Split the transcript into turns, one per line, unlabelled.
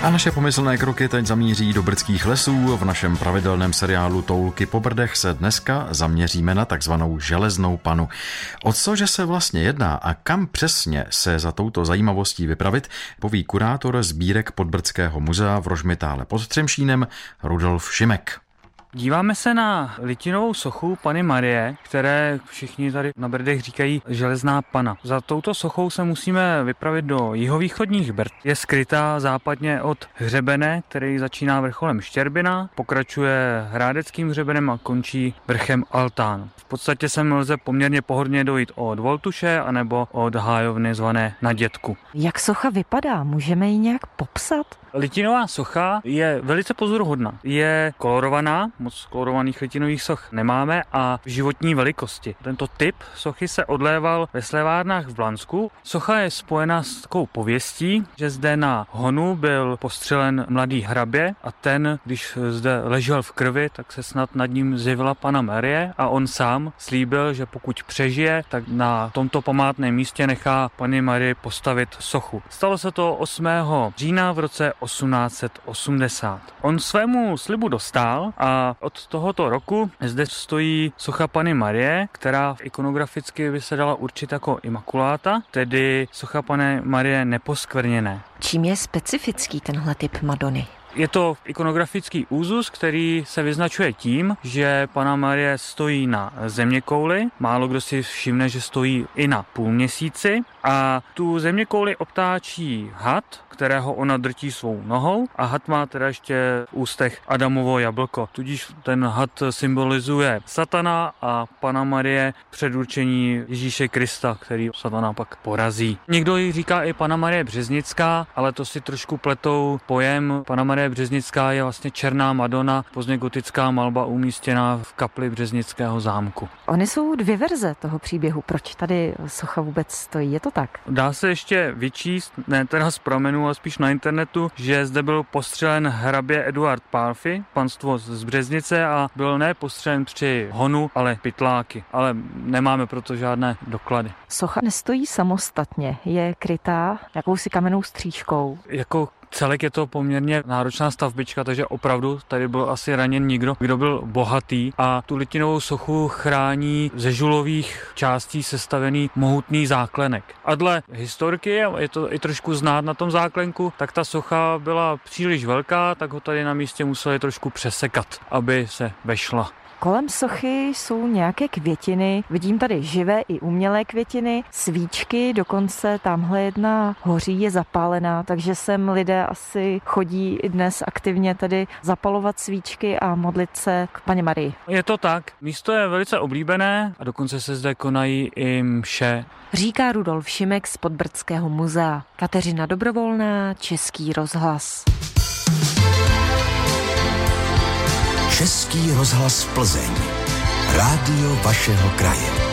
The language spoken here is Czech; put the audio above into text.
A naše pomyslné kroky teď zamíří do brdských lesů. V našem pravidelném seriálu Toulky po Brdech se dneska zaměříme na takzvanou železnou panu. O cože se vlastně jedná a kam přesně se za touto zajímavostí vypravit, poví kurátor sbírek Podbrdského muzea v Rožmitále pod Třemšínem Rudolf Šimek.
Díváme se na litinovou sochu Panny Marie, které všichni tady na Brdech říkají železná pana. Za touto sochou se musíme vypravit do jihovýchodních Brd. Je skrytá západně od hřebene, který začíná vrcholem Štěrbina, pokračuje Hrádeckým hřebenem a končí vrchem Altán. V podstatě sem lze poměrně pohodlně dojít od Voltuše anebo od hájovny zvané Na Dětku.
Jak socha vypadá? Můžeme ji nějak popsat?
Litinová socha je velice pozoruhodná. Je kolorovaná, moc kolorovaných litinových soch nemáme, a v životní velikosti. Tento typ sochy se odléval ve slévárnách v Blansku. Socha je spojena s takovou pověstí, že zde na honu byl postřelen mladý hrabě a ten, když zde ležel v krvi, tak se snad nad ním zjevila Panna Marie a on sám slíbil, že pokud přežije, tak na tomto památném místě nechá Panny Marie postavit sochu. Stalo se to 8. října v roce 1880. On svému slibu dostál a od tohoto roku zde stojí socha Panny Marie, která ikonograficky by se dala určit jako imakuláta, tedy socha Panny Marie neposkvrněné.
Čím je specifický tenhle typ Madony?
Je to ikonografický úzus, který se vyznačuje tím, že Panna Marie stojí na zeměkouli. Málo kdo si všimne, že stojí i na půlměsíci. A tu zeměkouli obtáčí had, kterého ona drtí svou nohou. A had má teda ještě v ústech Adamovo jablko. Tudíž ten had symbolizuje satana a Panna Marie předurčení Ježíše Krista, který satana pak porazí. Někdo ji říká i Panna Marie Březnická, ale to si trošku pletou pojem. Panna Marie Březnická je vlastně černá Madonna, pozdně gotická malba umístěná v kapli Březnického zámku.
Ony jsou dvě verze toho příběhu. Proč tady socha vůbec stojí? Je to tak?
Dá se ještě vyčíst, ne teda z pramenů, ale spíš na internetu, že zde byl postřelen hrabě Eduard Pálfy, panstvo z Březnice, a byl ne postřelen při honu, ale pytláky. Ale nemáme proto žádné doklady.
Socha nestojí samostatně, je krytá jakousi kamennou stříčkou.
Jako celek je to poměrně náročná stavbička, takže opravdu tady byl asi raněn někdo, kdo byl bohatý, a tu litinovou sochu chrání ze žulových částí sestavený mohutný záklenek. A dle historky, je to i trošku znát na tom záklenku, tak ta socha byla příliš velká, tak ho tady na místě museli trošku přesekat, aby se vešla.
Kolem sochy jsou nějaké květiny, vidím tady živé i umělé květiny, svíčky, dokonce tamhle jedna hoří, je zapálená, takže sem lidé asi chodí i dnes aktivně tedy zapalovat svíčky a modlit se k Panně Marii.
Je to tak, místo je velice oblíbené a dokonce se zde konají i mše.
Říká Rudolf Šimek z Podbrdského muzea. Kateřina Dobrovolná, Český rozhlas.
Český rozhlas Plzeň. Rádio vašeho kraje.